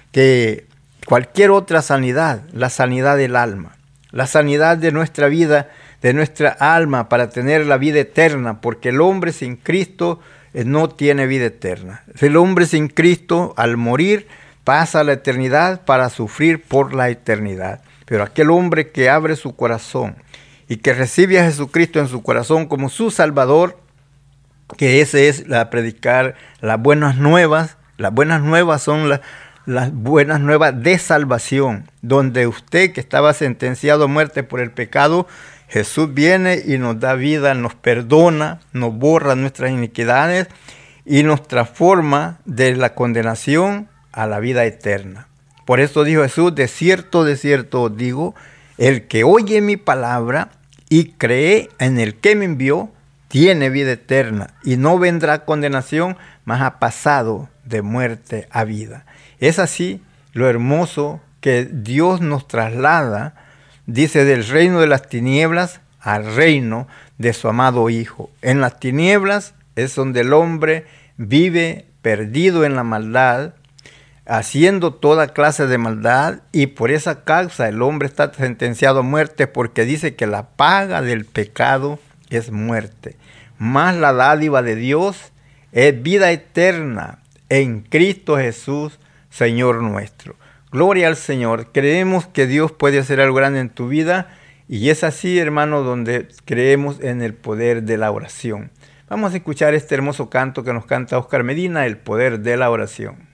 que cualquier otra sanidad, la sanidad del alma, la sanidad de nuestra vida, de nuestra alma, para tener la vida eterna, porque el hombre sin Cristo no tiene vida eterna. El hombre sin Cristo, al morir, pasa a la eternidad para sufrir por la eternidad. Pero aquel hombre que abre su corazón y que recibe a Jesucristo en su corazón como su Salvador, que ese es la predicar las buenas nuevas. Las buenas nuevas son las, las buenas nuevas de salvación, donde usted que estaba sentenciado a muerte por el pecado, Jesús viene y nos da vida, nos perdona, nos borra nuestras iniquidades y nos transforma de la condenación a la vida eterna. Por eso dijo Jesús: de cierto, de cierto os digo, el que oye mi palabra y cree en el que me envió, tiene vida eterna y no vendrá condenación, mas ha pasado de muerte a vida. Es así lo hermoso que Dios nos traslada, dice, del reino de las tinieblas al reino de su amado Hijo. En las tinieblas es donde el hombre vive perdido en la maldad, haciendo toda clase de maldad, y por esa causa el hombre está sentenciado a muerte, porque dice que la paga del pecado es muerte. Mas la dádiva de Dios es vida eterna en Cristo Jesús, Señor nuestro. Gloria al Señor. Creemos que Dios puede hacer algo grande en tu vida, y es así, hermano, donde creemos en el poder de la oración. Vamos a escuchar este hermoso canto que nos canta Oscar Medina, El poder de la oración.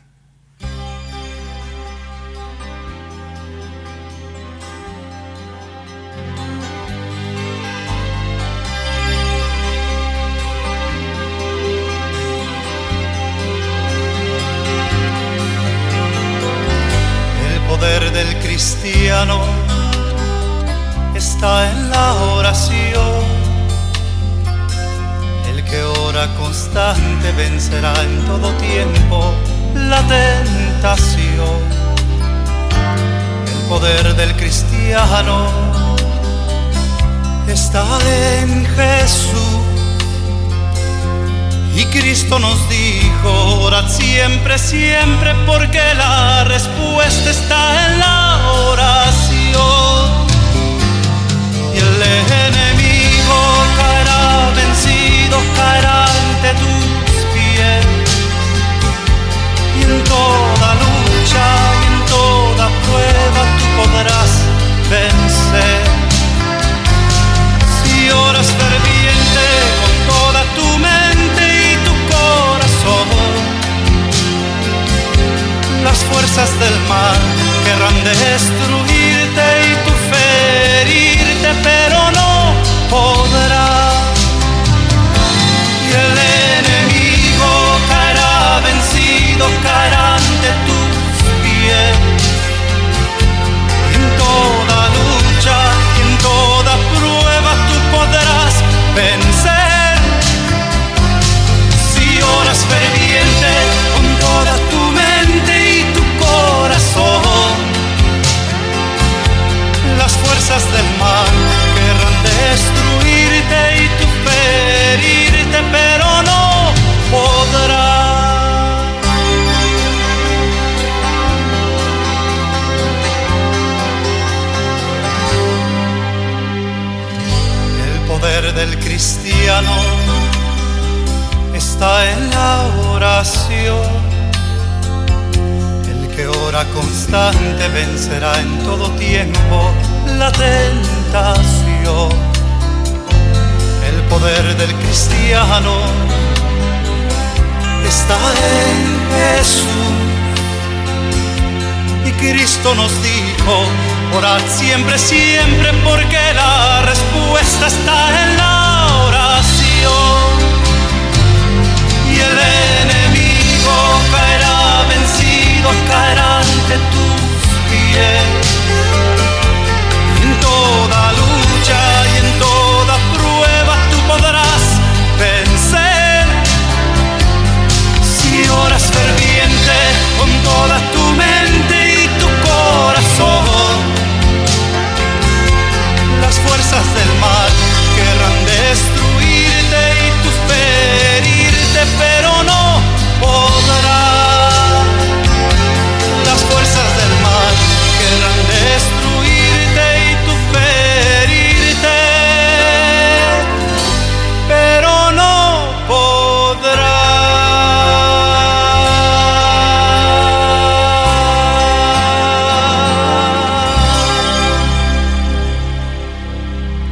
Del cristiano está en la oración. El que ora constante vencerá en todo tiempo la tentación. El poder del cristiano está en Jesús. Y Cristo nos dijo: orad siempre, siempre, porque la respuesta está en la oración. Y el enemigo caerá vencido, caerá ante tus pies. Y en toda lucha y en toda prueba tú podrás vencer. Si oras ferviente con toda tu mente, las fuerzas del mal querrán destruirte y tú ferirte, pero no podrá. Y el enemigo caerá vencido, caerá ante tus pies. En toda lucha y en toda prueba tú podrás vencer. Si oras ferviente con toda tu mente y tu corazón, las fuerzas del mal querrán destruirte y tú ferirte, pero no podrás. El poder del cristiano está en la oración. El que ora constante vencerá en todo tiempo la tentación. El poder del cristiano está en Jesús. Y Cristo nos dijo: orad siempre, siempre, porque la respuesta está en la oración. Y el enemigo caerá vencido, caerá ante tus pies. En toda lucha y en toda prueba tú podrás vencer. Si oras ferviente con toda tu mente y tu corazón, las fuerzas del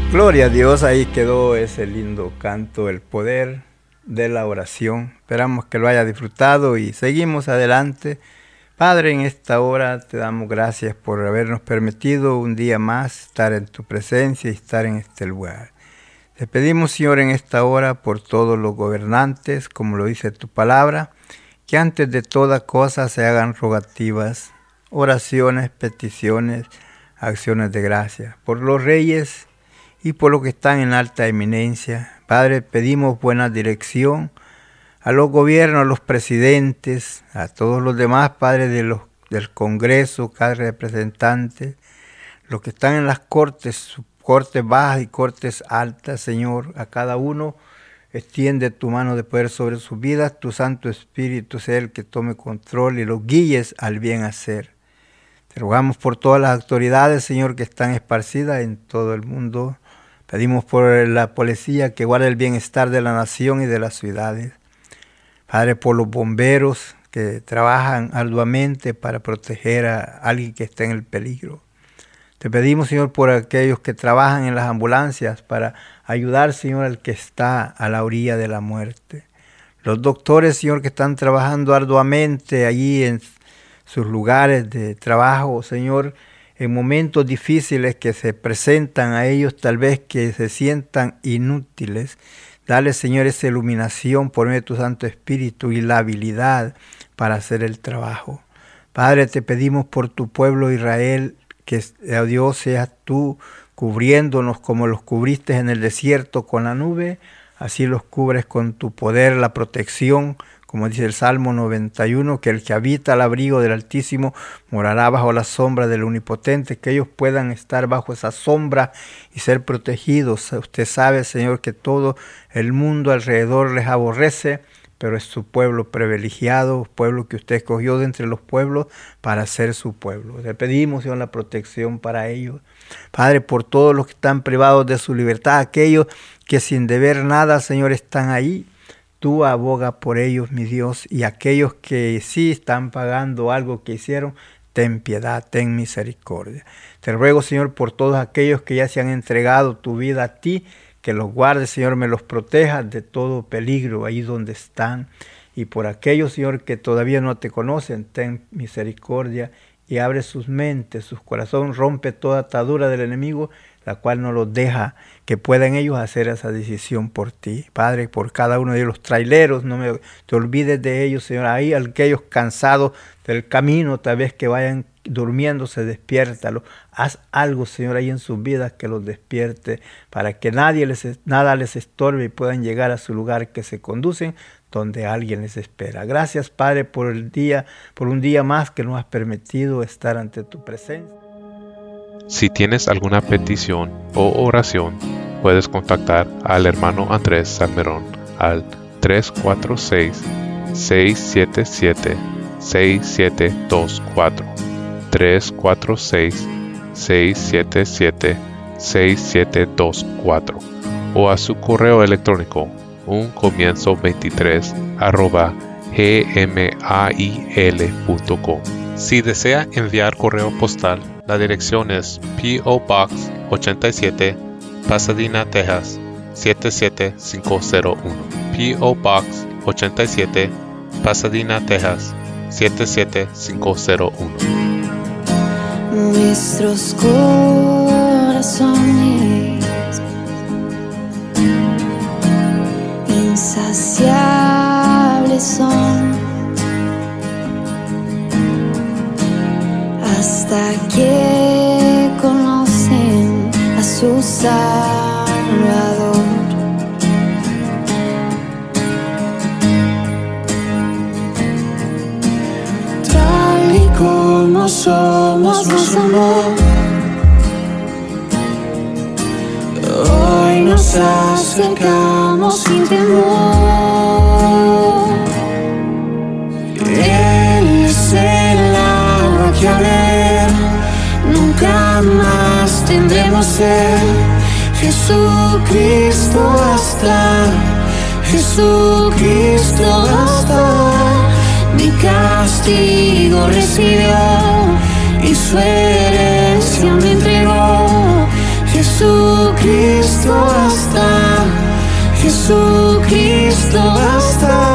Gloria a Dios, ahí quedó ese lindo canto, el poder de la oración. Esperamos que lo haya disfrutado y seguimos adelante. Padre, en esta hora te damos gracias por habernos permitido un día más estar en tu presencia y estar en este lugar. Te pedimos, Señor, en esta hora por todos los gobernantes, como lo dice tu palabra, que antes de toda cosa se hagan rogativas, oraciones, peticiones, acciones de gracia. Por los reyes y por los que están en alta eminencia, Padre, pedimos buena dirección a los gobiernos, a los presidentes, a todos los demás, Padre, de los, del Congreso, cada representante, los que están en las cortes, cortes bajas y cortes altas, Señor, a cada uno extiende tu mano de poder sobre sus vidas, tu Santo Espíritu sea el que tome control y los guíes al bien hacer. Te rogamos por todas las autoridades, Señor, que están esparcidas en todo el mundo. Pedimos por la policía que guarde el bienestar de la nación y de las ciudades. Padre, por los bomberos que trabajan arduamente para proteger a alguien que esté en el peligro. Te pedimos, Señor, por aquellos que trabajan en las ambulancias para ayudar, Señor, al que está a la orilla de la muerte. Los doctores, Señor, que están trabajando arduamente allí en sus lugares de trabajo, Señor, en momentos difíciles que se presentan a ellos, tal vez que se sientan inútiles. Dale, Señor, esa iluminación por medio de tu Santo Espíritu y la habilidad para hacer el trabajo. Padre, te pedimos por tu pueblo Israel, que oh Dios seas tú cubriéndonos como los cubriste en el desierto con la nube, así los cubres con tu poder, la protección, como dice el Salmo noventa y uno, que el que habita al abrigo del Altísimo morará bajo la sombra del Omnipotente, que ellos puedan estar bajo esa sombra y ser protegidos. Usted sabe, Señor, que todo el mundo alrededor les aborrece, pero es su pueblo privilegiado, pueblo que usted escogió de entre los pueblos para ser su pueblo. Le pedimos, Señor, la protección para ellos. Padre, por todos los que están privados de su libertad, aquellos que sin deber nada, Señor, están ahí. Tú aboga por ellos, mi Dios, y aquellos que sí están pagando algo que hicieron, ten piedad, ten misericordia. Te ruego, Señor, por todos aquellos que ya se han entregado tu vida a ti, que los guardes, Señor, me los protejas de todo peligro ahí donde están. Y por aquellos, Señor, que todavía no te conocen, ten misericordia y abre sus mentes, sus corazones, rompe toda atadura del enemigo, la cual no los deja que puedan ellos hacer esa decisión por ti. Padre, por cada uno de los traileros, no me, te olvides de ellos, Señor. Ahí aquellos cansados del camino, tal vez que vayan durmiéndose, despiértalo. Haz algo, Señor, ahí en sus vidas que los despierte, para que nadie les, nada les estorbe y puedan llegar a su lugar que se conducen, donde alguien les espera. Gracias, Padre, por el día, por un día más que nos has permitido estar ante tu presencia. Si tienes alguna petición o oración, puedes contactar al hermano Andrés Salmerón al tres cuatro seis, seis siete siete, seis siete dos cuatro, tres cuatro seis, seis siete siete, seis siete dos cuatro, o a su correo electrónico un comienzo veintitrés arroba gmail punto com. Si desea enviar correo postal, la dirección es P O Box ochenta y siete, Pasadena, Texas siete siete cinco cero uno. P O Box ochenta y siete, Pasadena, Texas siete siete cinco cero uno. Nuestros corazones insaciables son hasta que conocen a su Salvador. Tal y como somos, nos amó. Hoy nos acercamos sin temor. Él es el agua que a ver nunca más tendremos sed. Jesucristo basta, Jesucristo basta. Mi castigo recibió y su herencia me entregó. Jesucristo Jesucristo basta, Jesucristo basta.